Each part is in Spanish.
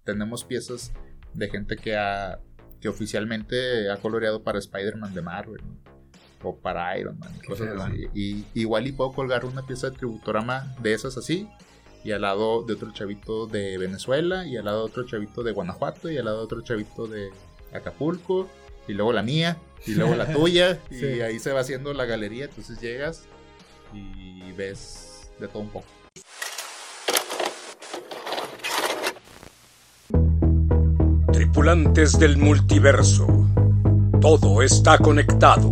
tenemos piezas de gente que oficialmente ha coloreado para Spider-Man de Marvel, ¿no? O para Iron Man, cosas así. Y igual y puedo colgar una pieza de Tributorama de esas así, y al lado de otro chavito de Venezuela, y al lado de otro chavito de Guanajuato, y al lado de otro chavito de Acapulco, y luego la mía, y luego la tuya, sí. Y ahí se va haciendo la galería. Entonces llegas y ves de todo un poco. Tripulantes del multiverso, todo está conectado.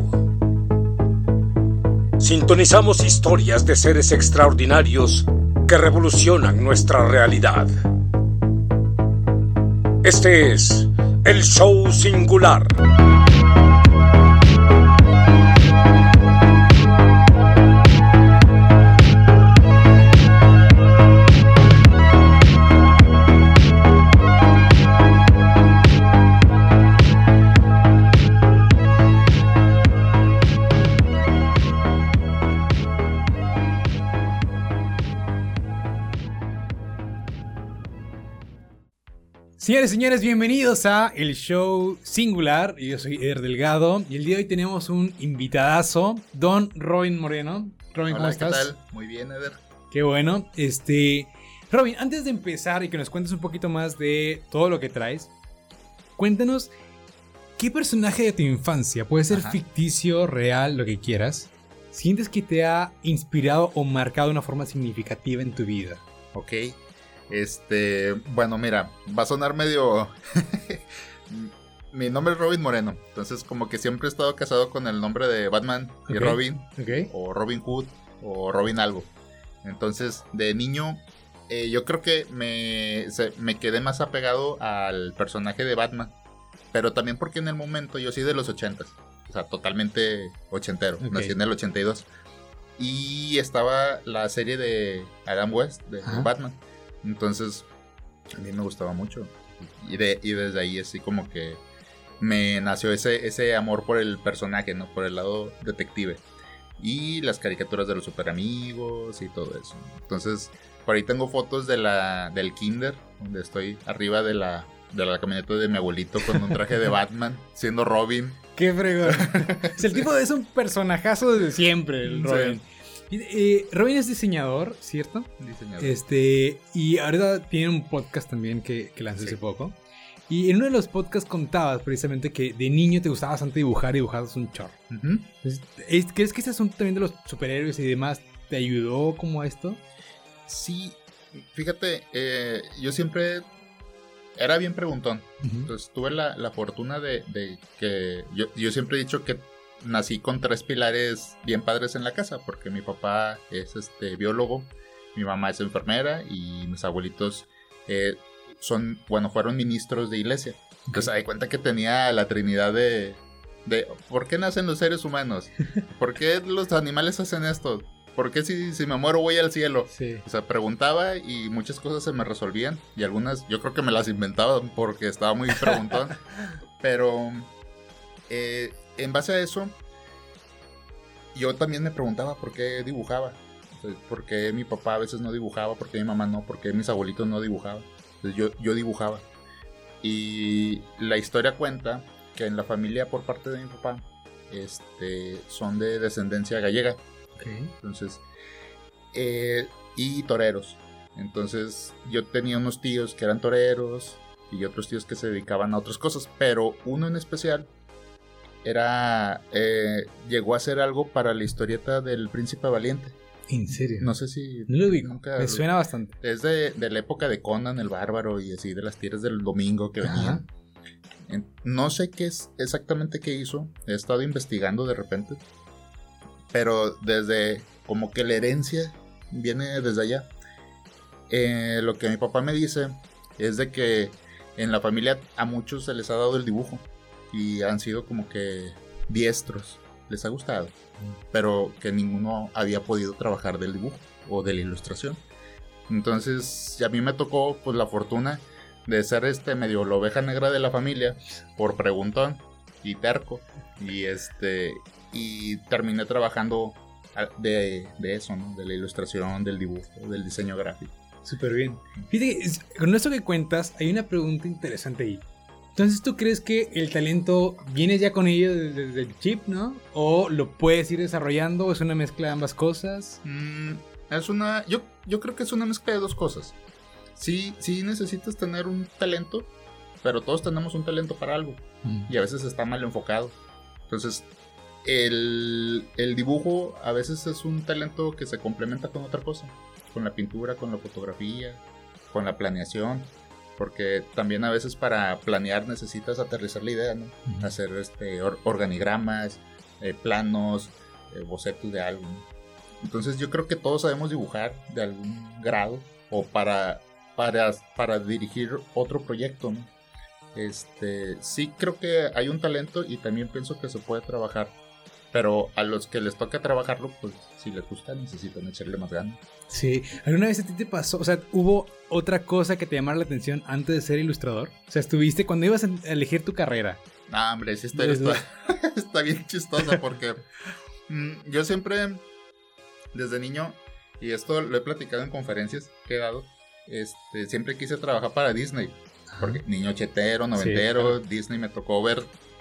Sintonizamos historias de seres extraordinarios que revolucionan nuestra realidad. Este es el Show Singular. Señores y señores, bienvenidos a El Show Singular. Yo soy Eder Delgado y el día de hoy tenemos un invitadazo, Don Robin Moreno. Robin, hola, ¿cómo estás? ¿qué tal? Muy bien, Eder. Qué bueno. Robin, antes de empezar y que nos cuentes un poquito más de todo lo que traes, cuéntanos qué personaje de tu infancia, puede ser ficticio, real, lo que quieras, sientes que te ha inspirado o marcado de una forma significativa en tu vida. Ok. Bueno, mira, va a sonar medio... Mi nombre es Robin Moreno, entonces como que siempre he estado casado con el nombre de Batman y Robin, o Robin Hood, o Robin algo. Entonces, de niño, yo creo que me quedé más apegado al personaje de Batman, pero también porque en el momento yo soy de los 80s, o sea, totalmente ochentero, nací en el 82, y estaba la serie de Adam West, de Batman. Entonces, a mí me gustaba mucho. Y desde ahí así como que me nació ese amor por el personaje, ¿no? Por el lado detective. Y las caricaturas de los super amigos y todo eso. Entonces, por ahí tengo fotos del kinder, donde estoy arriba de la camioneta de mi abuelito con un traje de Batman, siendo Robin. ¡Qué fregón! El tipo es un personajazo desde siempre, el Robin. Sí. Robin es diseñador, ¿cierto? Diseñador. Y ahorita tiene un podcast también que lanzó hace poco. Y en uno de los podcasts contabas precisamente que de niño te gustaba bastante dibujar y dibujabas un chorro. Entonces, ¿crees que ese asunto también de los superhéroes y demás te ayudó como a esto? Sí, fíjate, yo siempre era bien preguntón. Entonces tuve la fortuna de que yo siempre he dicho que nací con 3 pilares bien padres en la casa, porque mi papá es biólogo, mi mamá es enfermera y mis abuelitos fueron ministros de iglesia. Entonces me di cuenta que tenía la trinidad de ¿por qué nacen los seres humanos? ¿Por qué los animales hacen esto? ¿Por qué si me muero voy al cielo? Sí. O sea, preguntaba y muchas cosas se me resolvían, y algunas yo creo que me las inventaba porque estaba muy preguntón. Pero en base a eso, yo también me preguntaba por qué dibujaba. Entonces, por qué mi papá a veces no dibujaba, por qué mi mamá no, por qué mis abuelitos no dibujaban. Entonces yo dibujaba. Y la historia cuenta que en la familia por parte de mi papá son de descendencia gallega. Entonces, y toreros. Entonces yo tenía unos tíos que eran toreros y otros tíos que se dedicaban a otras cosas, pero uno en especial llegó a hacer algo para la historieta del Príncipe Valiente. ¿En serio? No sé si... No lo digo, me suena bastante. Es de la época de Conan el Bárbaro y así, de las tiras del domingo que venían. No sé qué es exactamente qué hizo, he estado investigando de repente, pero desde como que la herencia viene desde allá. Lo que mi papá me dice es de que en la familia a muchos se les ha dado el dibujo y han sido como que diestros, les ha gustado, pero que ninguno había podido trabajar del dibujo o de la ilustración. Entonces a mí me tocó pues la fortuna de ser medio la oveja negra de la familia por preguntón y terco, y terminé trabajando de eso, ¿no? De la ilustración, del dibujo, del diseño gráfico. Súper bien. Fíjate, con esto que cuentas, hay una pregunta interesante ahí. Entonces, ¿tú crees que el talento viene ya con ello desde el chip, ¿no? ¿O lo puedes ir desarrollando? ¿O es una mezcla de ambas cosas? Yo creo que es una mezcla de dos cosas. Sí necesitas tener un talento, pero todos tenemos un talento para algo. Y a veces está mal enfocado. Entonces, el dibujo a veces es un talento que se complementa con otra cosa. Con la pintura, con la fotografía, con la planeación. Porque también a veces para planear necesitas aterrizar la idea, ¿no? Hacer organigramas, planos, bocetos de algo, ¿no? Entonces yo creo que todos sabemos dibujar de algún grado o para dirigir otro proyecto, ¿no? Sí creo que hay un talento y también pienso que se puede trabajar. Pero a los que les toca trabajarlo, pues si les gusta, necesitan echarle más ganas. Sí. ¿Alguna vez a ti te pasó? O sea, ¿hubo otra cosa que te llamara la atención antes de ser ilustrador? O sea, estuviste cuando ibas a elegir tu carrera. No, hombre, esa historia está bien chistosa porque yo siempre, desde niño, y esto lo he platicado en conferencias que he dado, siempre quise trabajar para Disney. Porque niño chetero, noventero, sí, claro. Disney me tocó ver.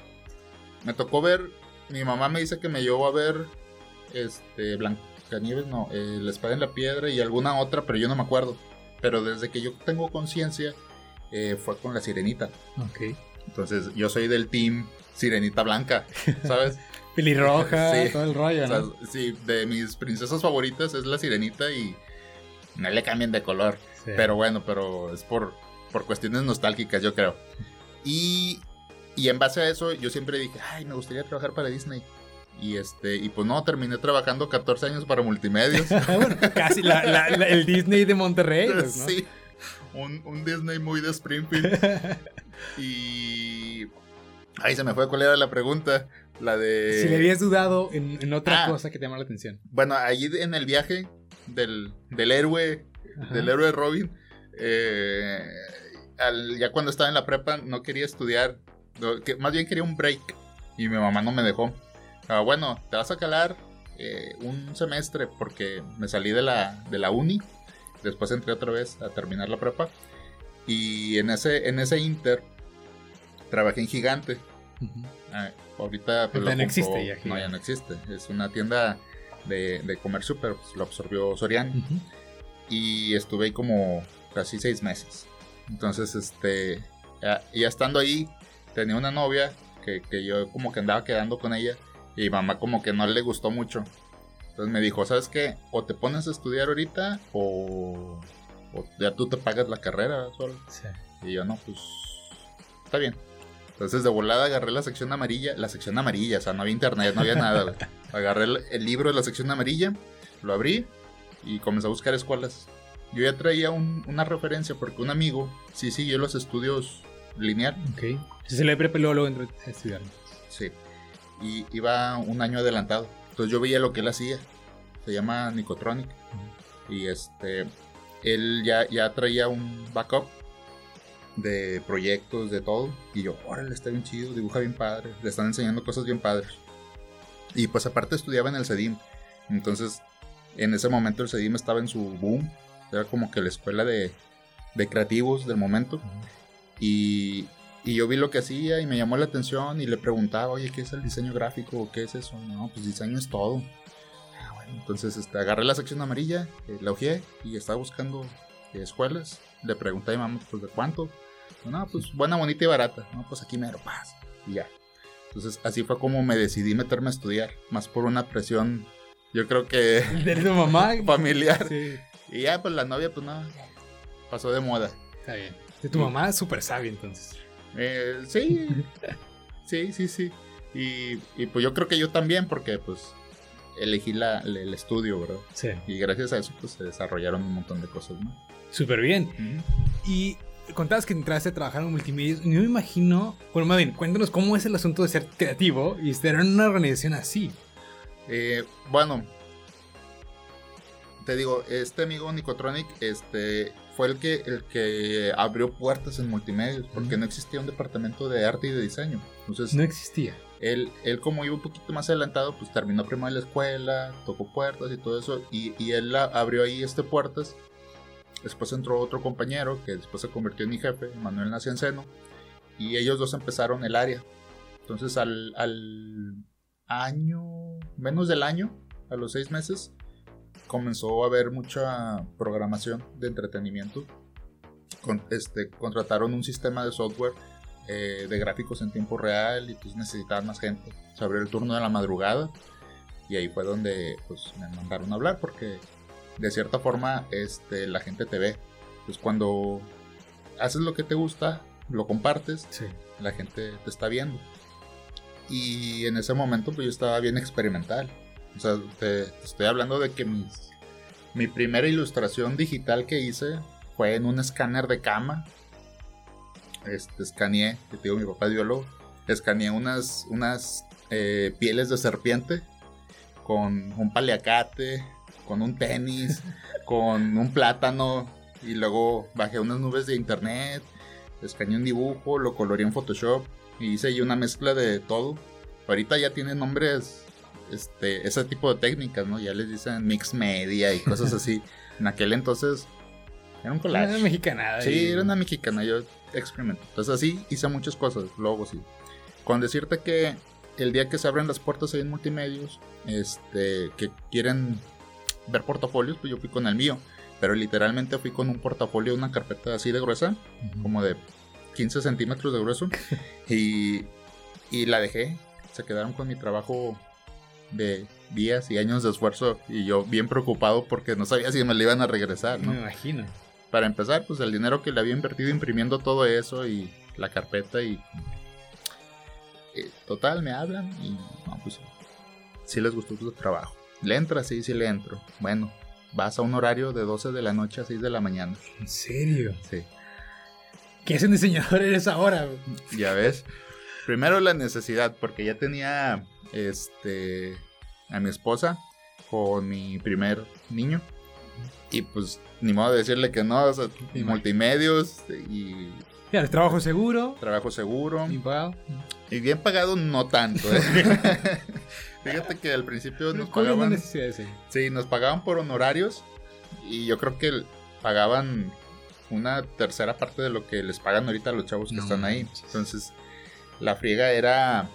Mi mamá me dice que me llevó a ver Blancanieves, no, La Espada en la Piedra y alguna otra, pero yo no me acuerdo. Pero desde que yo tengo conciencia, fue con La Sirenita. Ok. Entonces yo soy del team Sirenita Blanca, ¿sabes? Pelirroja, sí, todo el rollo, ¿no? O sea, sí, de mis princesas favoritas es La Sirenita y no le cambian de color. Sí. Pero bueno, es por cuestiones nostálgicas, yo creo. Y en base a eso, yo siempre dije, ay, me gustaría trabajar para Disney. Y pues no, terminé trabajando 14 años para Multimedios. Bueno, casi el Disney de Monterrey, pues, ¿no? Sí, un Disney muy de Springfield. Y... Ay, se me fue, ¿cuál era la pregunta? La de... Si le habías dudado en otra cosa que te llamó la atención. Bueno, allí en el viaje del héroe, del héroe Robin, ya cuando estaba en la prepa no quería estudiar, más bien quería un break y mi mamá no me dejó. Bueno, te vas a calar un semestre porque me salí de la uni, después entré otra vez a terminar la prepa y en ese inter trabajé en Gigante. Ahorita pues, no existe ya. No, ya no existe, es una tienda de comercio, pero pues, lo absorbió Soriana. Y estuve ahí como casi 6 meses. Entonces, ya estando ahí, tenía una novia que yo como que andaba quedando con ella y mamá como que no le gustó mucho. Entonces me dijo, ¿sabes qué? O te pones a estudiar ahorita o ya tú te pagas la carrera solo. Sí. Y yo, no, pues, está bien. Entonces de volada agarré la sección amarilla, o sea, no había internet, no había nada, güey. Agarré el libro de la sección amarilla, lo abrí y comencé a buscar escuelas. Yo ya traía una referencia porque un amigo sí siguió los estudios lineal. Ok. Si se le preparó, luego entró a estudiar. Sí. Y iba un año adelantado. Entonces yo veía lo que él hacía. Se llama Nicotronic. Y él ya traía un backup de proyectos, de todo. Y yo, órale, está bien chido, dibuja bien padre. Le están enseñando cosas bien padres. Y pues aparte estudiaba en el CEDIM. Entonces, en ese momento el CEDIM estaba en su boom. Era como que la escuela de creativos del momento. Y yo vi lo que hacía y me llamó la atención y le preguntaba, oye, ¿qué es el diseño gráfico? ¿Qué es eso? No, pues diseño es todo. Bueno, entonces agarré la sección amarilla, la hojeé y estaba buscando escuelas. Le pregunté a mi mamá, pues, ¿de cuánto? No, pues buena, bonita y barata. No, pues aquí mero, paz. Y ya. Entonces así fue como me decidí meterme a estudiar. Más por una presión, yo creo que... ¿De tu mamá? Familiar. Sí. Y ya, pues la novia, pues no, pasó de moda. Está bien. De tu mamá es súper sabia, entonces. Sí. Sí. Y pues yo creo que yo también, porque pues elegí el estudio, ¿verdad? Sí. Y gracias a eso, pues se desarrollaron un montón de cosas, ¿no? Súper bien. Y contabas que entraste a trabajar en multimedia. Yo me imagino, bueno, más bien, cuéntanos cómo es el asunto de ser creativo y estar en una organización así. Bueno, te digo, este amigo Nicotronic, fue el que abrió puertas en multimedia, porque no existía un departamento de arte y de diseño. Entonces, no existía. Él como iba un poquito más adelantado, pues terminó primero la escuela, tocó puertas y todo eso, y él abrió ahí puertas Después entró otro compañero que después se convirtió en mi jefe, Manuel Nacianceno, y ellos dos empezaron el área. Entonces al año, menos del año, a los 6 meses, comenzó a haber mucha programación de entretenimiento. Contrataron un sistema de software de gráficos en tiempo real y pues necesitaban más gente. Se abrió el turno de la madrugada y ahí fue donde pues me mandaron a hablar, porque de cierta forma la gente te ve. Pues cuando haces lo que te gusta, lo compartes, sí, la gente te está viendo. Y en ese momento pues yo estaba bien experimental. O sea, te estoy hablando de que mi primera ilustración digital que hice fue en un escáner de cama. Escaneé, te digo, mi papá es biólogo, escaneé unas pieles de serpiente con un paliacate, con un tenis, con un plátano, y luego bajé unas nubes de internet, escaneé un dibujo, lo coloreé en Photoshop y hice ahí una mezcla de todo. Ahorita ya tienen nombres ese tipo de técnicas, ¿no? Ya les dicen mix media y cosas así. En aquel entonces era un collage. Era una mexicanada. Sí, era una mexicana, yo experimenté. Entonces así hice muchas cosas, logos y... Con decirte que el día que se abren las puertas ahí en Multimedios, que quieren ver portafolios, pues yo fui con el mío. Pero literalmente fui con un portafolio, una carpeta así de gruesa, como de 15 centímetros de grueso. y la dejé. Se quedaron con mi trabajo de días y años de esfuerzo, y yo bien preocupado porque no sabía si me lo iban a regresar, ¿no? Me imagino. Para empezar, pues el dinero que le había invertido imprimiendo todo eso y la carpeta y total, me hablan y no, pues sí les gustó tu trabajo. ¿Le entras? Sí le entro. Bueno, vas a un horario de 12 de la noche a 6 de la mañana. ¿En serio? Sí. ¿Qué es un diseñador eres ahora? Ya ves. Primero la necesidad, porque ya tenía a mi esposa con mi primer niño. Y pues ni modo de decirle que no, o sea, multimedios y... Claro, trabajo seguro. Trabajo seguro. Bien pagado. Y bien pagado no tanto, Fíjate que al principio nos pagaban... necesidades? Sí, nos pagaban por honorarios. Y yo creo que pagaban una tercera parte de lo que les pagan ahorita a los chavos que están ahí. Entonces, la friega era...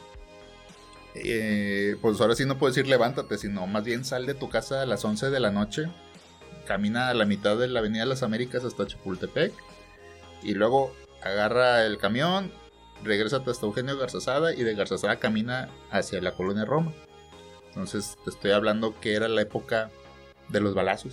pues ahora sí no puedo decir levántate, sino más bien sal de tu casa a las 11 de la noche, camina a la mitad de la Avenida de las Américas hasta Chapultepec y luego agarra el camión, regrésate hasta Eugenio Garzazada y de Garzazada camina hacia la Colonia Roma. Entonces te estoy hablando que era la época de los balazos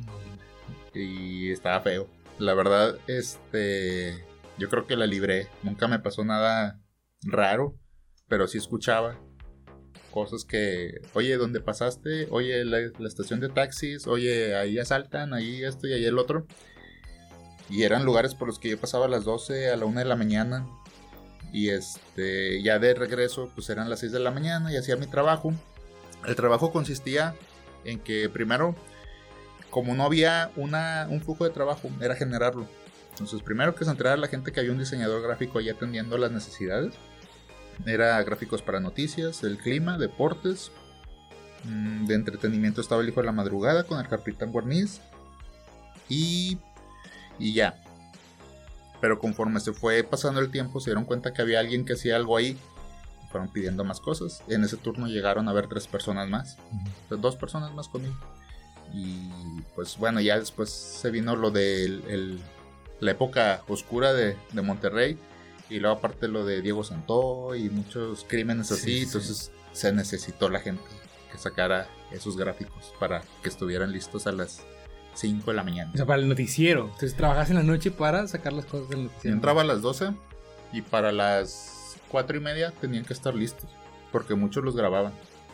y estaba feo. La verdad, yo creo que la libré, nunca me pasó nada raro, pero sí escuchaba cosas que, oye, ¿dónde pasaste? Oye, la estación de taxis, oye, ahí asaltan, ahí esto y ahí el otro. Y eran lugares por los que yo pasaba a las 12, a la 1 de la mañana. Y ya de regreso, pues eran las 6 de la mañana y hacía mi trabajo. El trabajo consistía en que primero, como no había un flujo de trabajo, era generarlo. Entonces, primero que se enterara la gente que había un diseñador gráfico ahí atendiendo las necesidades. Era gráficos para noticias, el clima, deportes. De entretenimiento estaba el Hijo de la Madrugada con el Capitán Guarniz. Y ya. Pero conforme se fue pasando el tiempo, se dieron cuenta que había alguien que hacía algo ahí. Fueron pidiendo más cosas. En ese turno llegaron a ver 3 personas más. 2 personas más conmigo. Y pues bueno, ya después se vino lo de la época oscura de Monterrey. Y luego aparte lo de Diego Santó y muchos crímenes así. Entonces se necesitó la gente que sacara esos gráficos para que estuvieran listos a las 5 de la mañana. O sea, para el noticiero. Entonces trabajas en la noche para sacar las cosas del noticiero. Yo entraba a las 12 y para las 4:30 tenían que estar listos, porque muchos los grababan.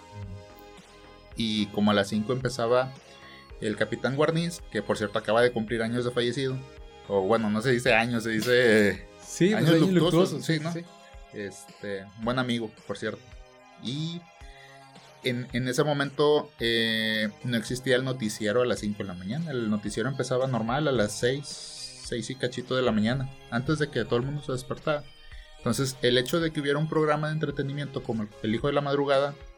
Y como a las 5 empezaba el Capitán Guarniz, que por cierto acaba de cumplir años de fallecido. O bueno, no se dice años, se dice... Sí, años pues luctuosos, sí, ¿no? Sí. Buen amigo, por cierto. Y en ese momento no existía el noticiero a las 5 de la mañana. El noticiero empezaba normal a las 6 y cachito de la mañana, antes de que todo el mundo se despertara. Entonces, el hecho de que hubiera un programa de entretenimiento como El Hijo de la Madrugada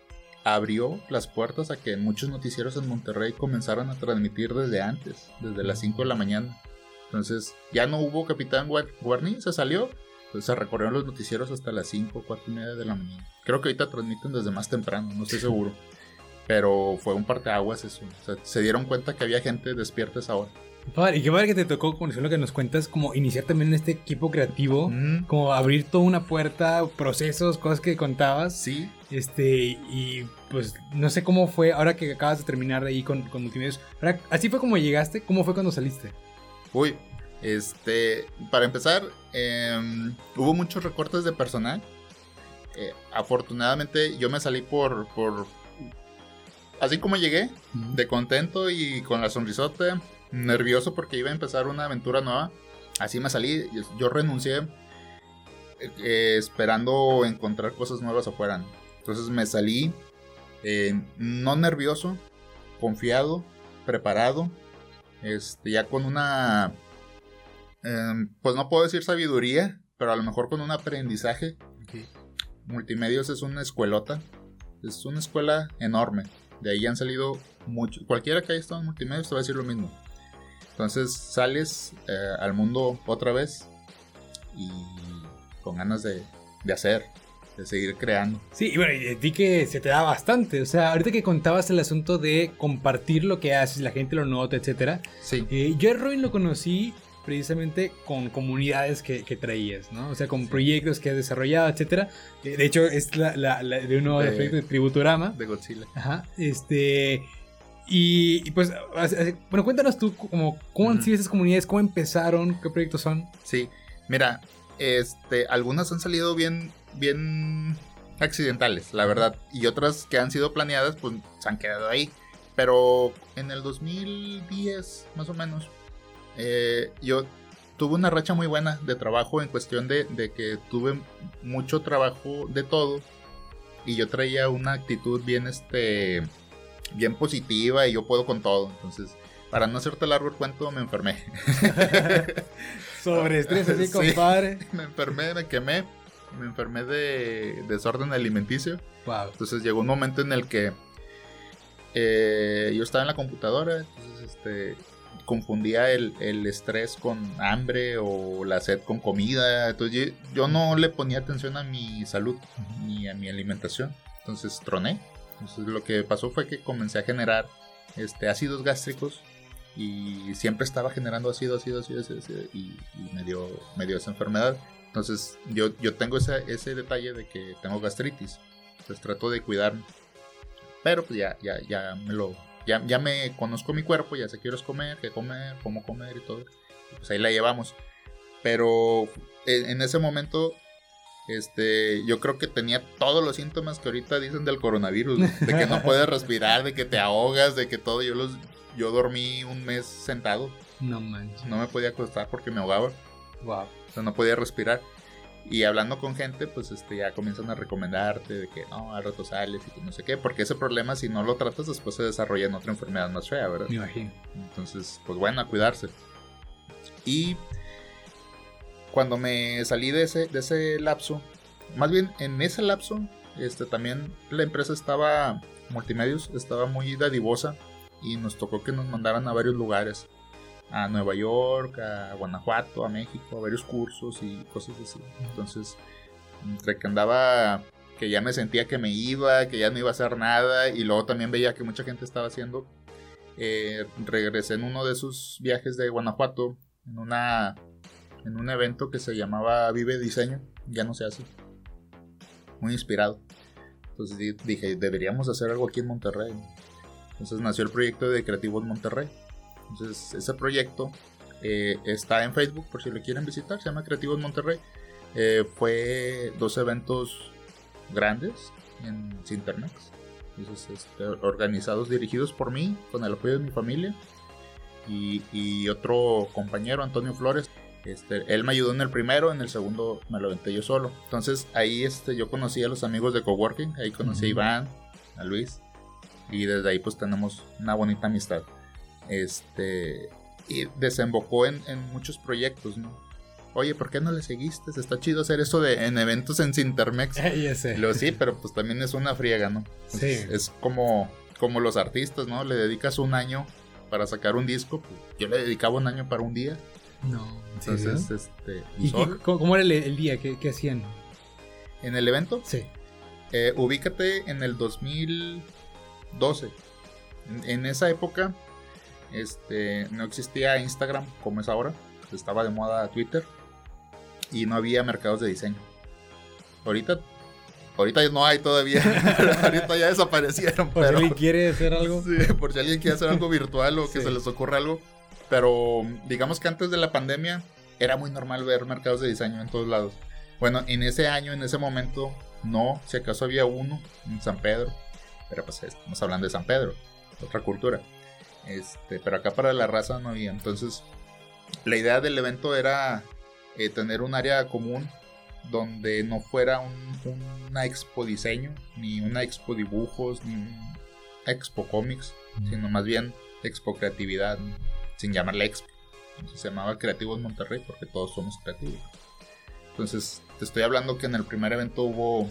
abrió las puertas a que muchos noticieros en Monterrey comenzaron a transmitir desde antes, desde las 5 de la mañana. Entonces ya no hubo Capitán Guarni, se salió. Entonces se recorrieron los noticieros hasta las 5, 4:30 de la mañana. Creo que ahorita transmiten desde más temprano, no estoy seguro. Pero fue un parteaguas eso. O sea, se dieron cuenta que había gente despierta a esa hora. Y qué padre que te tocó, con lo que nos cuentas, como iniciar también en este equipo creativo, como abrir toda una puerta, procesos, cosas que contabas. Sí. Y pues no sé cómo fue, ahora que acabas de terminar ahí con Multimedios. Ahora, ¿así fue como llegaste? ¿Cómo fue cuando saliste? Uy, para empezar, hubo muchos recortes de personal. Afortunadamente yo me salí por así como llegué, de contento y con la sonrisota, nervioso porque iba a empezar una aventura nueva. Así me salí, yo renuncié esperando encontrar cosas nuevas afuera. Entonces me salí no nervioso, confiado, preparado, ya con una, pues no puedo decir sabiduría, pero a lo mejor con un aprendizaje. Okay. Multimedios es una escuelota, es una escuela enorme. De ahí han salido muchos. Cualquiera que haya estado en Multimedios te va a decir lo mismo. Entonces sales al mundo otra vez y con ganas de hacer, de seguir creando. Sí, y bueno, y de ti que se te da bastante. O sea, ahorita que contabas el asunto de compartir lo que haces, la gente lo nota, etcétera. Sí. Yo a Robin lo conocí precisamente con comunidades que traías, ¿no? O sea, con proyectos que has desarrollado, etcétera. De hecho, es de uno de los proyectos de Tributorama. De Godzilla. Ajá. Y pues, bueno, cuéntanos tú cómo han sido esas comunidades, cómo empezaron, qué proyectos son. Sí, mira, algunas han salido bien accidentales, la verdad. Y otras que han sido planeadas, pues se han quedado ahí. Pero en el 2010, más o menos, yo tuve una racha muy buena de trabajo en cuestión de que tuve mucho trabajo de todo y yo traía una actitud bien positiva y yo puedo con todo. Entonces, para no hacerte largo el cuento, me enfermé. Sobre estrés así, compadre. Sí, me enfermé, me quemé, me enfermé de desorden alimenticio. Wow. Entonces llegó un momento en el que yo estaba en la computadora, entonces confundía el estrés con hambre o la sed con comida. Entonces yo no le ponía atención a mi salud ni a mi alimentación. Entonces troné. Entonces lo que pasó fue que comencé a generar ácidos gástricos y siempre estaba generando ácido y me dio esa enfermedad. Entonces yo tengo ese detalle de que tengo gastritis. Entonces trato de cuidarme. Pero pues ya me conozco mi cuerpo, ya sé qué quiero comer, cómo comer y todo. Pues ahí la llevamos. Pero en ese momento, yo creo que tenía todos los síntomas que ahorita dicen del coronavirus, de que no puedes respirar, de que te ahogas, de que todo. Yo dormí un mes sentado. No manches. No me podía acostar porque me ahogaba. Wow. O sea, no podía respirar. Y hablando con gente, pues ya comienzan a recomendarte de que no, al rato sales y que no sé qué, porque ese problema, si no lo tratas, después se desarrolla en otra enfermedad más fea, ¿verdad? Me imagino. Entonces, pues bueno, a cuidarse. Y cuando me salí de ese lapso, más bien en ese lapso, también la empresa Multimedios estaba muy dadivosa y nos tocó que nos mandaran a varios lugares. A Nueva York, a Guanajuato, a México, a varios cursos y cosas así. Entonces, entre que andaba, que ya me sentía que me iba, que ya no iba a hacer nada, y luego también veía que mucha gente estaba haciendo, regresé en uno de esos viajes de Guanajuato, en un evento que se llamaba Vive Diseño, ya no se hace, muy inspirado. Entonces dije, deberíamos hacer algo aquí en Monterrey. Entonces nació el proyecto de Creativos Monterrey. Entonces ese proyecto está en Facebook por si lo quieren visitar, se llama Creativos Monterrey. Fue 2 eventos grandes en Cintermex. Entonces, organizados, dirigidos por mí, con el apoyo de mi familia y otro compañero, Antonio Flores. Él me ayudó en el primero, en el segundo me lo aventé yo solo. Entonces ahí yo conocí a los amigos de Coworking, ahí conocí a Iván, a Luis, y desde ahí pues tenemos una bonita amistad. Y desembocó en muchos proyectos, ¿no? oye, ¿por qué no le seguiste? Está chido hacer eso en eventos en Cintermex. Ya sé. Sí, pero pues también es una friega, ¿no? Sí. Es como los artistas, ¿no? Le dedicas un año para sacar un disco. Pues, yo le dedicaba un año para un día. No. Entonces, ¿Y cómo era el día? ¿Qué hacían? ¿En el evento? Sí. Ubícate en el 2012. En esa época no existía Instagram como es ahora. Estaba de moda Twitter y no había mercados de diseño. Ahorita no hay todavía. Ahorita ya desaparecieron. Por si alguien quiere hacer algo. Sí, por si alguien quiere hacer algo virtual o que se les ocurra algo. Pero digamos que antes de la pandemia era muy normal ver mercados de diseño en todos lados. Bueno, en ese año, en ese momento, no. Si acaso había uno en San Pedro. Pero pues estamos hablando de San Pedro, otra cultura. Pero acá para la raza no había. Entonces, la idea del evento era tener un área común donde no fuera una expo diseño, ni una expo dibujos, ni una expo cómics, sino más bien expo creatividad, ¿no? Sin llamarle expo. Entonces, se llamaba Creativos Monterrey porque todos somos creativos. Entonces, te estoy hablando que en el primer evento hubo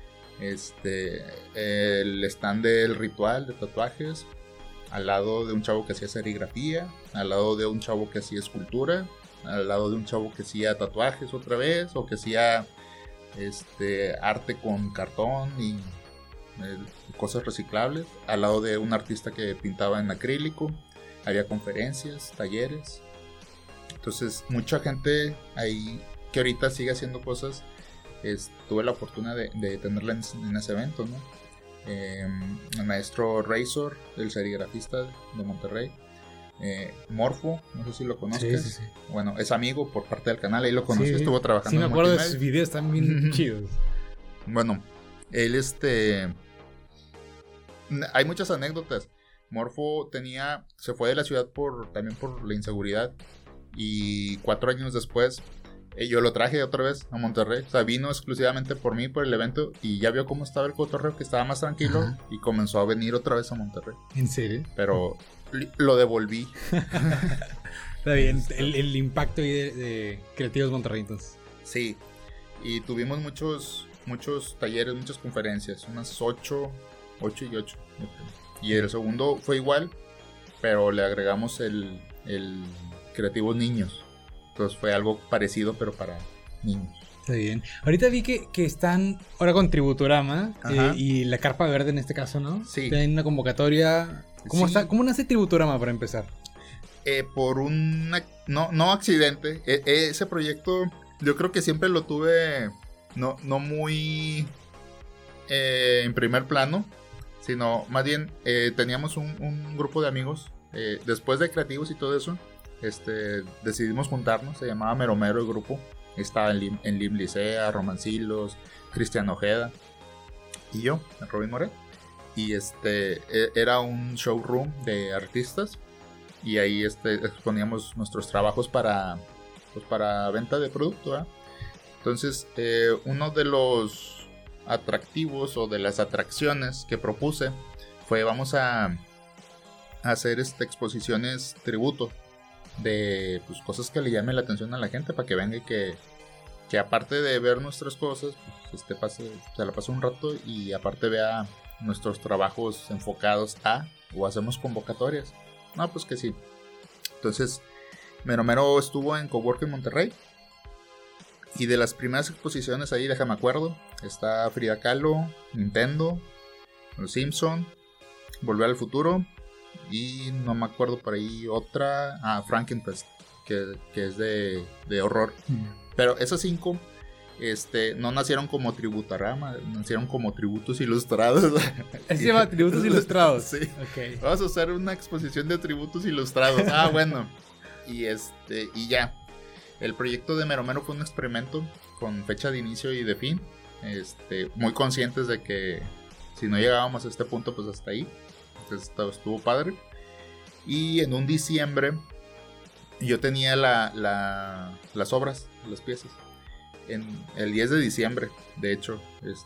el stand del ritual de tatuajes, al lado de un chavo que hacía serigrafía, al lado de un chavo que hacía escultura, al lado de un chavo que hacía tatuajes otra vez, o que hacía arte con cartón y cosas reciclables, al lado de un artista que pintaba en acrílico. Había conferencias, talleres. Entonces mucha gente ahí que ahorita sigue haciendo cosas, tuve la fortuna de tenerla en ese evento, ¿no? El maestro Razor, el serigrafista de Monterrey, Morfo, no sé si lo conozcas. Sí. Bueno, es amigo por parte del canal, ahí lo conocí, estuvo trabajando. Sí, me acuerdo de sus videos, están bien chidos. Bueno, él hay muchas anécdotas. Morfo se fue de la ciudad también por la inseguridad, y 4 años después yo lo traje otra vez a Monterrey. O sea, vino exclusivamente por mí, por el evento, y ya vio cómo estaba el cotorreo, que estaba más tranquilo. Ajá. Y comenzó a venir otra vez a Monterrey. ¿En serio? Pero lo devolví. Está bien, el impacto ahí de Creativos Monterrey, entonces. Sí, y tuvimos muchos talleres, muchas conferencias, unas 8 y 8. Y el segundo fue igual, pero le agregamos el Creativos Niños. Entonces fue algo parecido, pero para niños. Está bien. Ahorita vi que están ahora con Tributorama y la Carpa Verde en este caso, ¿no? Sí. Tienen una convocatoria. ¿Cómo, sí. ¿Cómo nace Tributorama para empezar? Por no accidente. Ese proyecto yo creo que siempre lo tuve no muy en primer plano, sino más bien teníamos un grupo de amigos. Después de creativos y todo eso, decidimos juntarnos. Se llamaba Meromero el grupo. Estaba en Lim Licea, Romancilos, Cristian Ojeda y yo, Robin Moret. Y era un showroom de artistas, y ahí exponíamos nuestros trabajos para venta de producto, ¿eh? Entonces uno de los atractivos o de las atracciones que propuse fue: vamos a hacer exposiciones tributo de pues, cosas que le llamen la atención a la gente, para que venga y que aparte de ver nuestras cosas, pues, se la pase un rato, y aparte vea nuestros trabajos enfocados o hacemos convocatorias. No, pues que sí. Entonces Meromero estuvo en Coworking Monterrey, y de las primeras exposiciones ahí, déjame acuerdo, está Frida Kahlo, Nintendo, Los Simpson, Volver al Futuro, y no me acuerdo por ahí otra, Frankenfest, que es de horror. Pero esas 5 no nacieron como Tributorama, nacieron como Tributos Ilustrados. Se llama Tributos Ilustrados. Sí. Okay. Vamos a hacer una exposición de Tributos Ilustrados. Bueno. Y ya. El proyecto de Meromero fue un experimento con fecha de inicio y de fin. Muy conscientes de que si no llegábamos a este punto, pues hasta ahí. Entonces estuvo padre. Y en un diciembre yo tenía las obras, las piezas. En el 10 de diciembre, de hecho,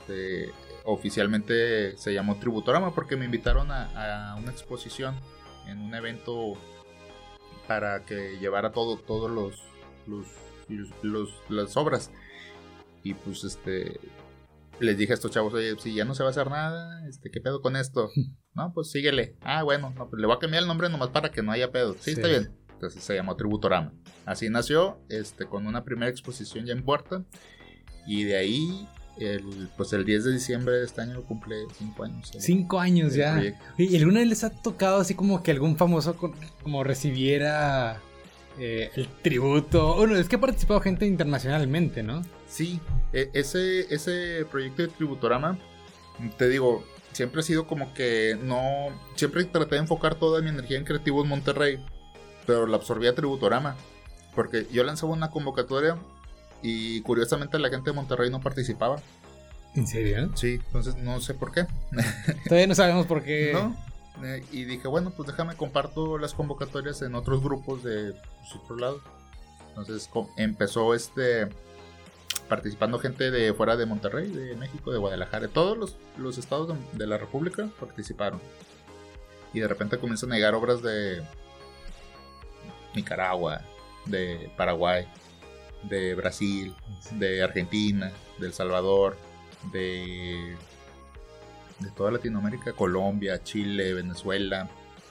oficialmente se llamó Tributorama, porque me invitaron a una exposición en un evento para que llevara todos los las obras. Y pues les dije a estos chavos, oye, si ya no se va a hacer nada, ¿qué pedo con esto? No, pues síguele. Bueno, no, pues le voy a cambiar el nombre nomás para que no haya pedo. Sí, está bien. Entonces se llamó Tributorama. Así nació, con una primera exposición ya en puerta. Y de ahí, el 10 de diciembre de este año cumple 5 años. 5 años ya. Proyecto. ¿Y alguna vez les ha tocado así como que algún famoso como recibiera el tributo? Bueno, es que ha participado gente internacionalmente, ¿no? Sí, ese proyecto de Tributorama, te digo, siempre ha sido como que no... Siempre traté de enfocar toda mi energía en Creativos Monterrey, pero la absorbía Tributorama, porque yo lanzaba una convocatoria y curiosamente la gente de Monterrey no participaba. ¿En serio? Sí, entonces no sé por qué. Todavía no sabemos por qué. ¿No? Y dije, bueno, pues déjame comparto las convocatorias en otros grupos de otro lado. Entonces empezó participando gente de fuera de Monterrey, de México, de Guadalajara, todos los estados de la República participaron. Y de repente comienzan a llegar obras de Nicaragua, de Paraguay, de Brasil, de Argentina, de El Salvador, de toda Latinoamérica, Colombia, Chile, Venezuela,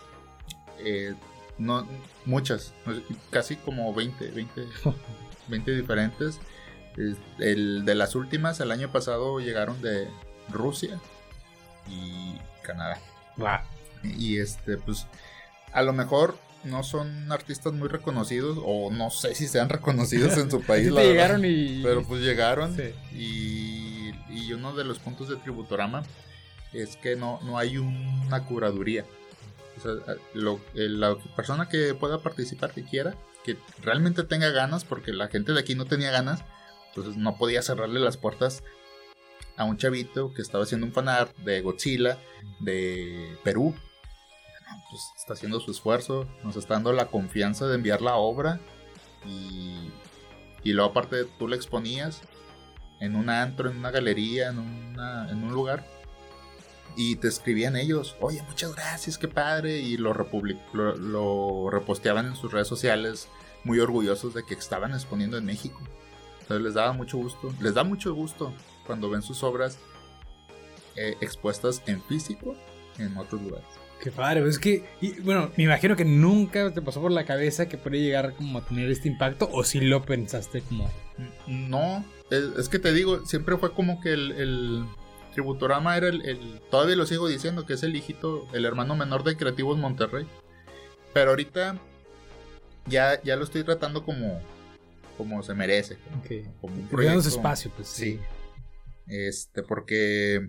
no, muchas, casi como 20 diferentes. De las últimas, el año pasado llegaron de Rusia y Canadá. Wow. Y pues a lo mejor no son artistas muy reconocidos, o no sé si sean reconocidos en su país, la llegaron pero pues llegaron. Sí. Y uno de los puntos de Tributorama es que no hay una curaduría. O sea, la persona que pueda participar, que quiera, que realmente tenga ganas, porque la gente de aquí no tenía ganas, entonces no podía cerrarle las puertas a un chavito que estaba haciendo un fanart de Godzilla de Perú. Pues está haciendo su esfuerzo, nos está dando la confianza de enviar la obra, y luego aparte tú la exponías en un antro, en una galería, en un lugar, y te escribían ellos, oye, muchas gracias, qué padre, y lo reposteaban en sus redes sociales, muy orgullosos de que estaban exponiendo en México. Entonces les da mucho gusto cuando ven sus obras expuestas en físico en otros lugares. Qué padre, pues es que, bueno, me imagino que nunca te pasó por la cabeza que puede llegar como a tener este impacto, o si lo pensaste como... No, es que te digo, siempre fue como que el Tributorama era todavía lo sigo diciendo, que es el hijito, el hermano menor de Creativos Monterrey. Pero ahorita ya lo estoy tratando como se merece. Okay. Como un proyecto. Dando su espacio, pues. Sí. Porque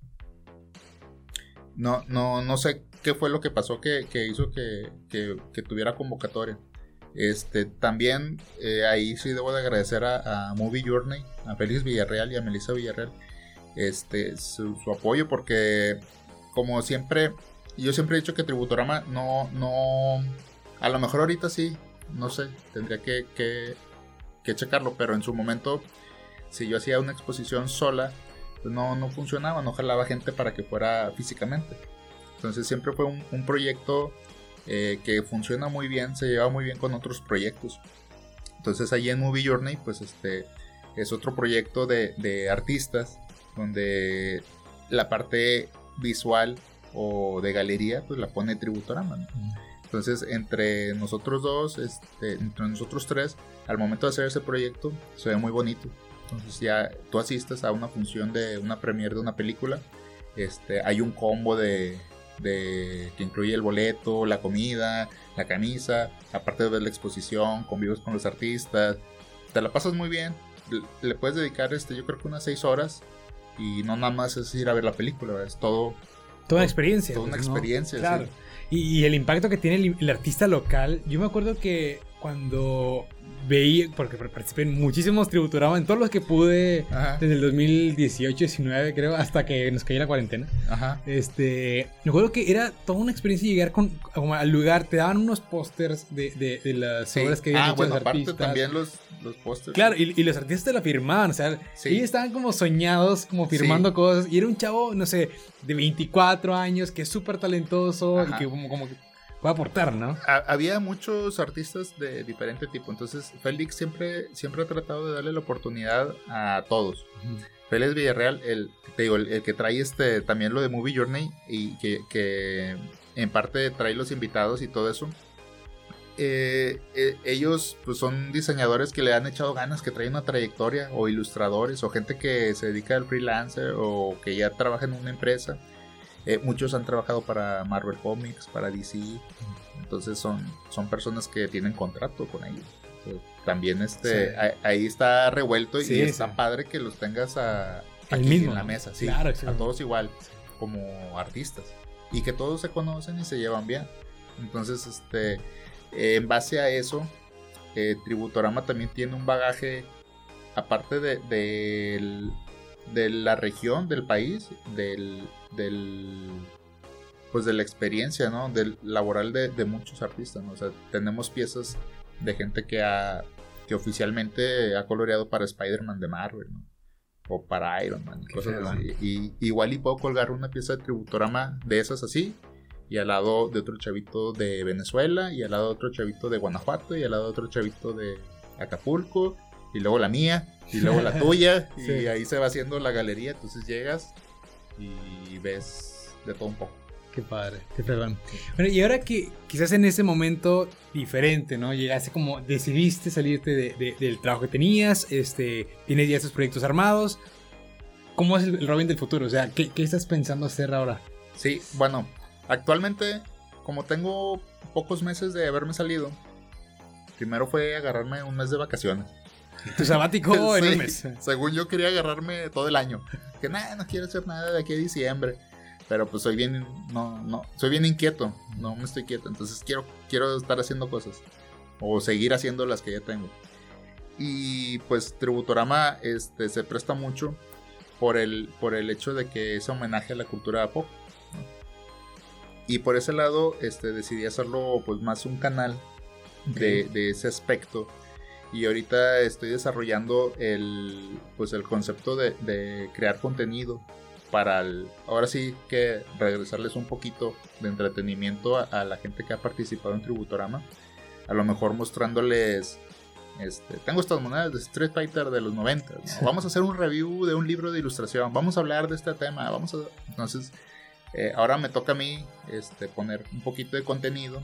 no sé qué fue lo que pasó que hizo que tuviera convocatoria. También ahí sí debo de agradecer a Movie Journey, a Félix Villarreal y a Melissa Villarreal, su apoyo, porque como siempre, yo siempre he dicho que Tributorama no a lo mejor ahorita sí, no sé, tendría que checarlo, pero en su momento, si yo hacía una exposición sola, pues no funcionaba, no jalaba gente para que fuera físicamente. Entonces siempre fue un proyecto que funciona muy bien, se lleva muy bien con otros proyectos. Entonces allí en Movie Journey, pues es otro proyecto de artistas, donde la parte visual o de galería pues la pone Tributorama, ¿no? Entonces entre nosotros dos, entre nosotros tres, al momento de hacer ese proyecto se ve muy bonito. Entonces ya tú asistes a una función de una premiere de una película, hay un combo que incluye el boleto, la comida, la camisa, aparte de ver la exposición, convives con los artistas, te la pasas muy bien, le puedes dedicar yo creo que unas 6 horas, y no nada más es ir a ver la película, ¿verdad? Es toda una experiencia. Toda una experiencia, ¿no? Claro. Sí. Y el impacto que tiene el artista local, yo me acuerdo que cuando veía, porque participé en muchísimos Tributorama, en todos los que pude, ajá, desde el 2018-19 creo, hasta que nos cayó la cuarentena. Ajá. Me acuerdo que era toda una experiencia llegar como al lugar, te daban unos pósters de las sí, obras que habían hecho los artistas. También los pósters. Claro, y los artistas te la firmaban, o sea, sí, ellos estaban como soñados, como firmando sí cosas, y era un chavo, no sé, de 24 años, que es súper talentoso, ajá, y que como puede aportar, ¿no? Había muchos artistas de diferente tipo, entonces Félix siempre ha tratado de darle la oportunidad a todos. Félix Villarreal, el que trae también lo de Movie Journey y que en parte trae los invitados y todo eso. Ellos pues son diseñadores que le han echado ganas, que traen una trayectoria, o ilustradores, o gente que se dedica al freelancer, o que ya trabaja en una empresa. Muchos han trabajado para Marvel Comics, para DC. Entonces son personas que tienen contrato con ellos. También ahí está revuelto, y está padre que los tengas aquí mismo en la mesa, sí, claro, a todos igual, como artistas, y que todos se conocen y se llevan bien. Entonces en base a eso, Tributorama también tiene un bagaje, aparte de la región, del país, pues de la experiencia, ¿no? Del laboral de muchos artistas, ¿no? O sea, tenemos piezas de gente que oficialmente ha coloreado para Spider-Man de Marvel, ¿no? O para Iron Man, cosas así. Y igual puedo colgar una pieza de Tributorama de esas así, y al lado de otro chavito de Venezuela, y al lado de otro chavito de Guanajuato, y al lado de otro chavito de Acapulco, y luego la mía, y luego la tuya, y ahí se va haciendo la galería. Entonces llegas y ves de todo un poco. Qué padre, qué perdón. Bueno, y ahora que quizás en ese momento diferente, ¿no? Llegaste como, decidiste salirte del trabajo que tenías, tienes ya estos proyectos armados. ¿Cómo es el Robin del futuro? O sea, ¿qué estás pensando hacer ahora? Sí, bueno, actualmente, como tengo pocos meses de haberme salido, primero fue agarrarme un mes de vacaciones. ¿Tu sabático en un mes? Según yo quería agarrarme todo el año. Que no quiero hacer nada de aquí a diciembre. Pero pues soy bien inquieto. No me estoy quieto. Entonces quiero estar haciendo cosas. O seguir haciendo las que ya tengo. Y pues Tributorama se presta mucho por el hecho de que es homenaje a la cultura pop, ¿no? Y por ese lado decidí hacerlo pues más un canal de ese aspecto. Y ahorita estoy desarrollando el concepto de crear contenido para ahora sí que regresarles un poquito de entretenimiento a la gente que ha participado en Tributorama. A lo mejor mostrándoles, tengo estas monedas de Street Fighter de los 90, ¿no? Vamos a hacer un review de un libro de ilustración, vamos a hablar de este tema, entonces ahora me toca a mí poner un poquito de contenido,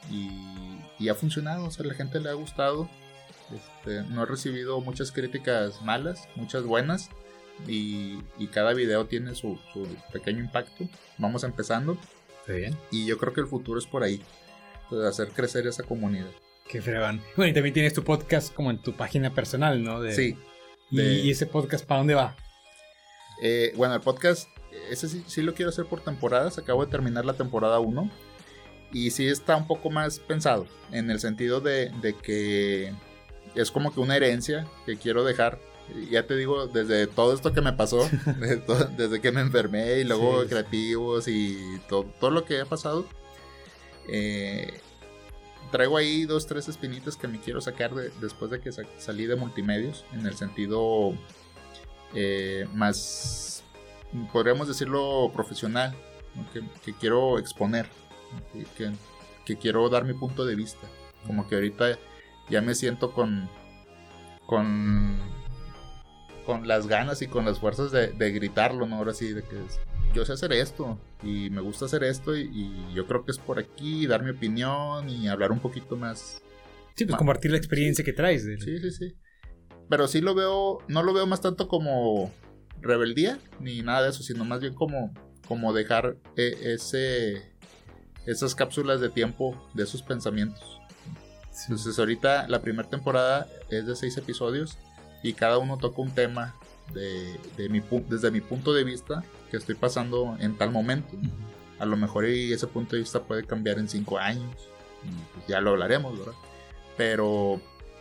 y ha funcionado. O sea, a la gente le ha gustado. No he recibido muchas críticas malas, muchas buenas, y cada video tiene su pequeño impacto. Vamos empezando. Bien. Y yo creo que el futuro es por ahí, de hacer crecer esa comunidad. Qué fregón. Bueno, y también tienes tu podcast como en tu página personal, ¿no? Sí. ¿Y ese podcast para dónde va? Bueno, el podcast, ese sí lo quiero hacer por temporadas. Acabo de terminar la temporada 1. Y sí está un poco más pensado, en el sentido de que es como que una herencia que quiero dejar. Ya te digo, desde todo esto que me pasó, desde que me enfermé, y luego creativos y todo lo que ha pasado, traigo ahí 2-3 espinitas que me quiero sacar después de que salí de multimedios, en el sentido más, podríamos decirlo, profesional, ¿no? que quiero exponer, ¿no? que quiero dar mi punto de vista. Como que ahorita ya me siento con las ganas y con las fuerzas de gritarlo, ¿no? Ahora sí, de que yo sé hacer esto y me gusta hacer esto, y yo creo que es por aquí, dar mi opinión y hablar un poquito más. Sí, pues compartir la experiencia que traes. Sí. Pero sí no lo veo más tanto como rebeldía ni nada de eso, sino más bien como dejar esas cápsulas de tiempo de esos pensamientos. Sí. Entonces ahorita la primera temporada es de 6 episodios y cada uno toca un tema desde mi punto de vista que estoy pasando en tal momento. A lo mejor ese punto de vista puede cambiar en 5 años, y pues ya lo hablaremos, ¿verdad? Pero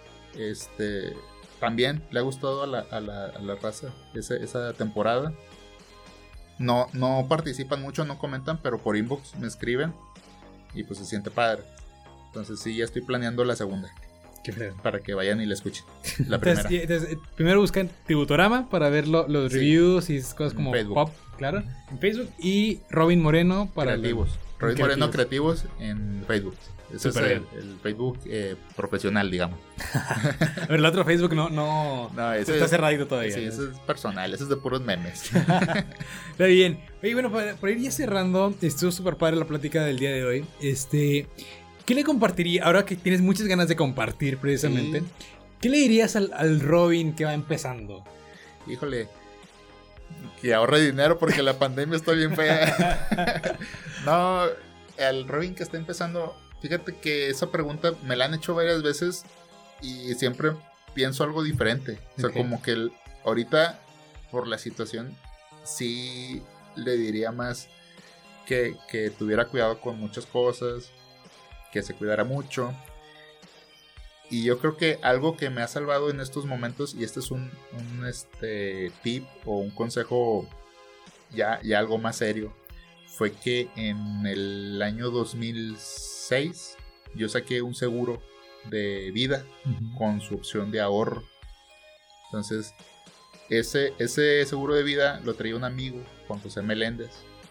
también le ha gustado a la raza esa temporada. No participan mucho, no comentan, pero por inbox me escriben y pues se siente padre. Entonces sí, ya estoy planeando la segunda. Qué feo. Para que vayan y la escuchen. La primera. Entonces, primero buscan Tributorama para ver los reviews y esas cosas como Facebook. pop, claro, en Facebook. Y Robin Moreno para creativos. Robin Moreno Creativos en Facebook. Ese es el Facebook profesional, digamos. A ver, el otro Facebook no está cerradito todavía. Sí, ese es personal, ese es de puros memes. Está bien. Oye, bueno, para ir ya cerrando, estuvo súper padre la plática del día de hoy. ¿Qué le compartiría, ahora que tienes muchas ganas de compartir precisamente? Sí. ¿Qué le dirías al Robin que va empezando? Híjole, que ahorre dinero porque la pandemia está bien fea. No, al Robin que está empezando, fíjate que esa pregunta me la han hecho varias veces y siempre pienso algo diferente. O sea, como que ahorita, por la situación, sí le diría más que tuviera cuidado con muchas cosas, que se cuidara mucho. Y yo creo que algo que me ha salvado en estos momentos, y este es un tip o un consejo ya algo más serio, fue que en el año 2006 yo saqué un seguro de vida con su opción de ahorro. Entonces ese seguro de vida lo traía un amigo, Juan José Meléndez.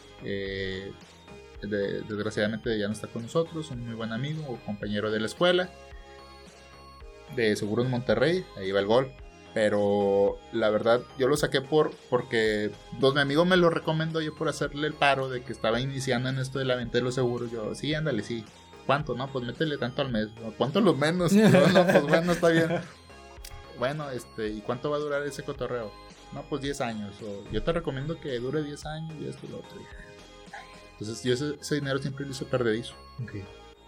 Desgraciadamente ya no está con nosotros, un muy buen amigo o compañero de la escuela de Seguros Monterrey, ahí va el gol. Pero la verdad yo lo saqué porque mi amigo me lo recomendó, yo por hacerle el paro de que estaba iniciando en esto de la venta de los seguros. Yo, sí, ándale, sí. ¿Cuánto? No, pues métele tanto al mes. ¿Cuánto lo menos? No, pues bueno, está bien. Bueno, ¿y cuánto va a durar ese cotorreo? No, pues 10 años. O yo te recomiendo que dure 10 años y esto y lo otro. Entonces yo ese dinero siempre lo hice perdedizo. Okay.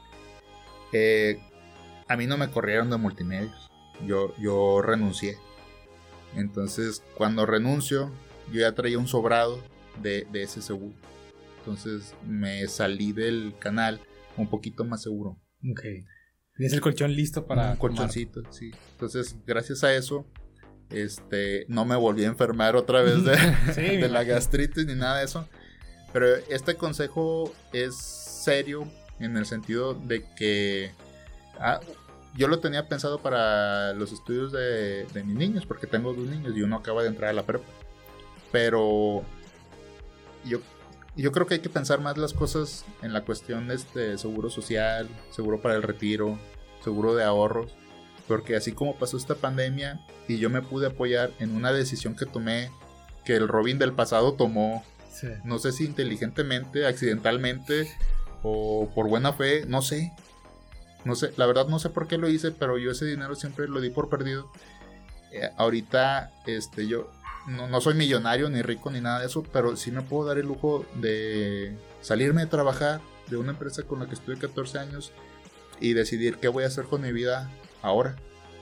A mí no me corrieron de multimedios. Yo renuncié. Entonces cuando renuncio, yo ya traía un sobrado de ese seguro. Entonces me salí del canal un poquito más seguro. Ok. ¿Tienes el colchón listo para un colchoncito? Sí. Entonces gracias a eso no me volví a enfermar otra vez de la gastritis ni nada de eso. Pero este consejo es serio en el sentido de que yo lo tenía pensado para los estudios de mis niños, porque tengo 2 niños y uno acaba de entrar a la prepa. Pero yo creo que hay que pensar más las cosas en la cuestión de seguro social, seguro para el retiro, seguro de ahorros, porque así como pasó esta pandemia y yo me pude apoyar en una decisión que tomé, que el Robin del pasado tomó, sí. No sé si inteligentemente, accidentalmente o por buena fe, no sé, la verdad no sé por qué lo hice, pero yo ese dinero siempre lo di por perdido. Ahorita yo no soy millonario ni rico ni nada de eso, pero sí me puedo dar el lujo de salirme a trabajar de una empresa con la que estuve 14 años y decidir qué voy a hacer con mi vida ahora.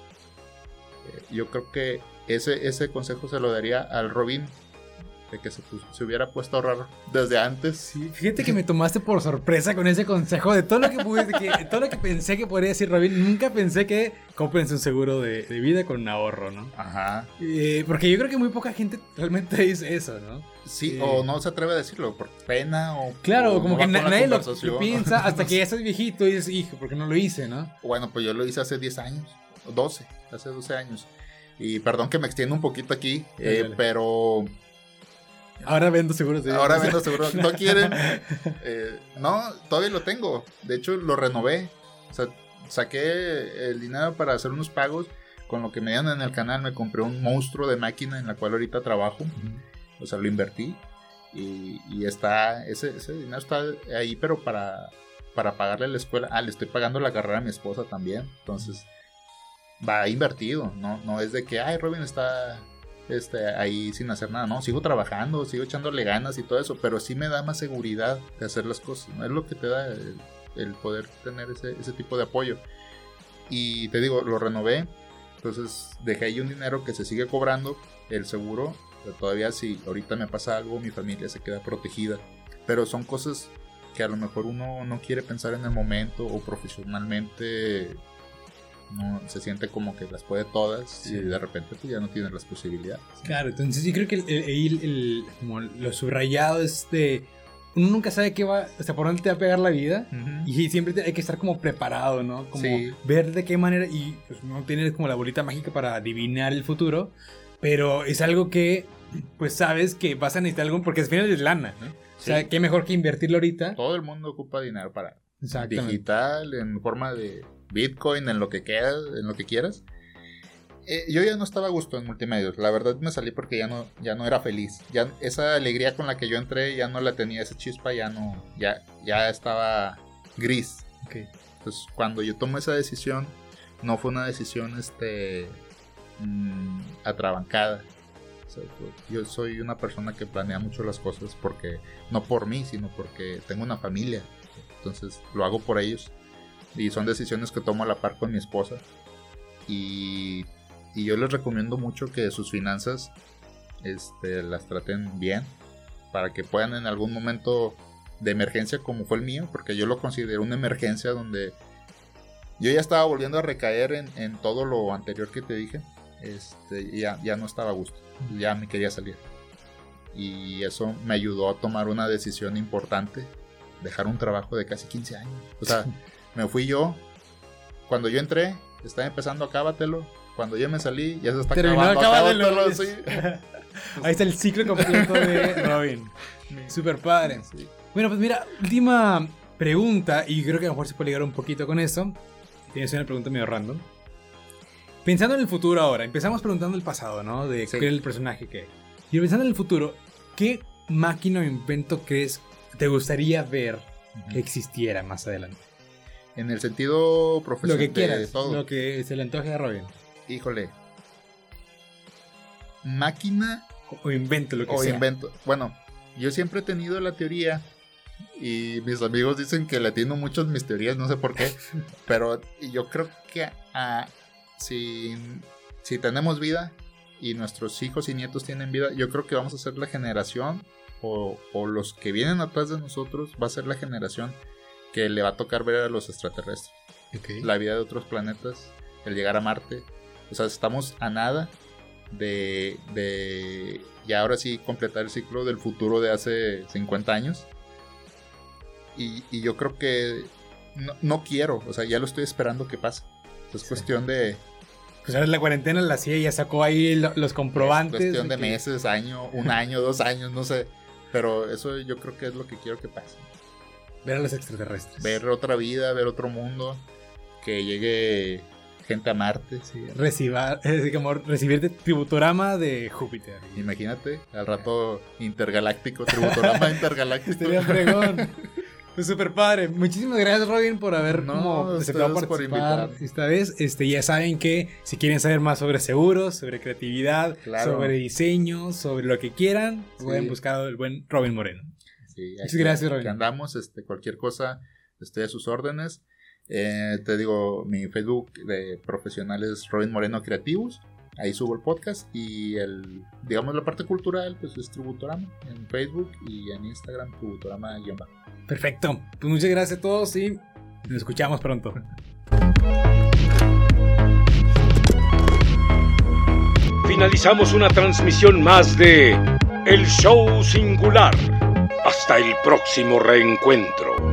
Yo creo que ese consejo se lo daría al Robin de que se hubiera puesto a ahorrar desde antes. Sí, fíjate que me tomaste por sorpresa con ese consejo. De todo lo que pensé que podría decir Robin, nunca pensé que cómprense un seguro de vida con un ahorro, ¿no? Ajá. Porque yo creo que muy poca gente realmente dice eso, ¿no? Sí, o no se atreve a decirlo por pena o... Claro, o como no que nadie lo piensa hasta que ya estás viejito y dices, hijo, ¿por qué no lo hice, no? Bueno, pues yo lo hice hace 10 años, hace 12 años. Y perdón que me extiendo un poquito aquí, pero... Ahora vendo seguros. Ahora vendo seguros. ¿No quieren? No, todavía lo tengo. De hecho, lo renové. O sea, saqué el dinero para hacer unos pagos. Con lo que me dieron en el canal, me compré un monstruo de máquina en la cual ahorita trabajo. O sea, lo invertí. Y está ese dinero está ahí, pero para pagarle la escuela. Le estoy pagando la carrera a mi esposa también. Entonces, va invertido. No es de que, Robin está... ahí sin hacer nada, no, sigo trabajando, sigo echándole ganas y todo eso, pero sí me da más seguridad de hacer las cosas, ¿no? Es lo que te da el poder tener ese tipo de apoyo. Y te digo, lo renové, entonces dejé ahí un dinero que se sigue cobrando, el seguro, pero todavía si ahorita me pasa algo, mi familia se queda protegida, pero son cosas que a lo mejor uno no quiere pensar en el momento o profesionalmente... No, se siente como que las puede todas, sí. Y de repente pues ya no tiene las posibilidades. Claro, entonces yo creo que como lo subrayado es uno nunca sabe qué va, o sea, por dónde te va a pegar la vida. Y siempre hay que estar como preparado, ¿no? Como ver de qué manera, y pues no tienes como la bolita mágica para adivinar el futuro, pero es algo que pues sabes que vas a necesitar algo porque al final es lana, ¿no? Sí. O sea, qué mejor que invertirlo ahorita. Todo el mundo ocupa dinero para digital, en forma de Bitcoin, en lo que quieras, Yo ya no estaba a gusto en multimedios. La verdad me salí porque ya no era feliz. Ya esa alegría con la que yo entré ya no la tenía, esa chispa ya estaba gris. Okay. Entonces cuando yo tomé esa decisión, no fue una decisión atrabancada. O sea, yo soy una persona que planea mucho las cosas porque no por mí, sino porque tengo una familia. Entonces lo hago por ellos. Y son decisiones que tomo a la par con mi esposa. Y yo les recomiendo mucho que sus finanzas las traten bien para que puedan en algún momento de emergencia como fue el mío, porque yo lo considero una emergencia donde yo ya estaba volviendo a recaer en todo lo anterior que te dije. Ya no estaba a gusto, ya me quería salir. Y eso me ayudó a tomar una decisión importante, dejar un trabajo de casi 15 años. O sea, me fui yo, cuando yo entré, estaba empezando Acábatelo. Cuando yo me salí, ya se está acabando Acábatelo. Sí. Ahí está el ciclo completo de Robin. Super padre. Sí. Bueno, pues mira, última pregunta, y creo que a lo mejor se puede ligar un poquito con esto. Tienes una pregunta medio random. Pensando en el futuro ahora, empezamos preguntando el pasado, ¿no? De qué era el personaje que... Y pensando en el futuro, ¿qué máquina o invento crees te gustaría ver que existiera más adelante? En el sentido profesional. Lo que quieras, todo. Lo que se le antoje a Robin. Híjole. Máquina o invento, lo que sea. Bueno, yo siempre he tenido la teoría, y mis amigos dicen que le atiendo mucho mis teorías, no sé por qué, pero yo creo que si tenemos vida y nuestros hijos y nietos tienen vida, yo creo que vamos a ser la generación o los que vienen atrás de nosotros, va a ser la generación que le va a tocar ver a los extraterrestres. Okay. La vida de otros planetas, el llegar a Marte. O sea, estamos a nada de ya ahora sí completar el ciclo del futuro de hace 50 años. Y yo creo que no quiero, o sea, ya lo estoy esperando que pase. Es cuestión de... Pues ahora la cuarentena, la CIA ya sacó ahí los comprobantes. Es cuestión de meses, un año, 2 años, no sé. Pero eso yo creo que es lo que quiero que pase. Ver a los extraterrestres. Ver otra vida, ver otro mundo. Que llegue gente a Marte. Sí, recibir tributorama de Júpiter. Imagínate, al rato tributorama intergaláctico. Estaría fregón. Pues súper padre. Muchísimas gracias, Robin, por haber aceptado participar esta vez. Ya saben que si quieren saber más sobre seguros, sobre creatividad, sobre diseño, sobre lo que quieran, pueden buscar el buen Robin Moreno. Sí, muchas gracias, Robin. Andamos, cualquier cosa, estoy a sus órdenes. Te digo, mi Facebook de profesionales Robin Moreno Creativos. Ahí subo el podcast y la parte cultural, pues es Tributorama en Facebook y en Instagram Tributorama-. Perfecto, pues muchas gracias a todos y nos escuchamos pronto. Finalizamos una transmisión más de El Show Singular. Hasta el próximo reencuentro.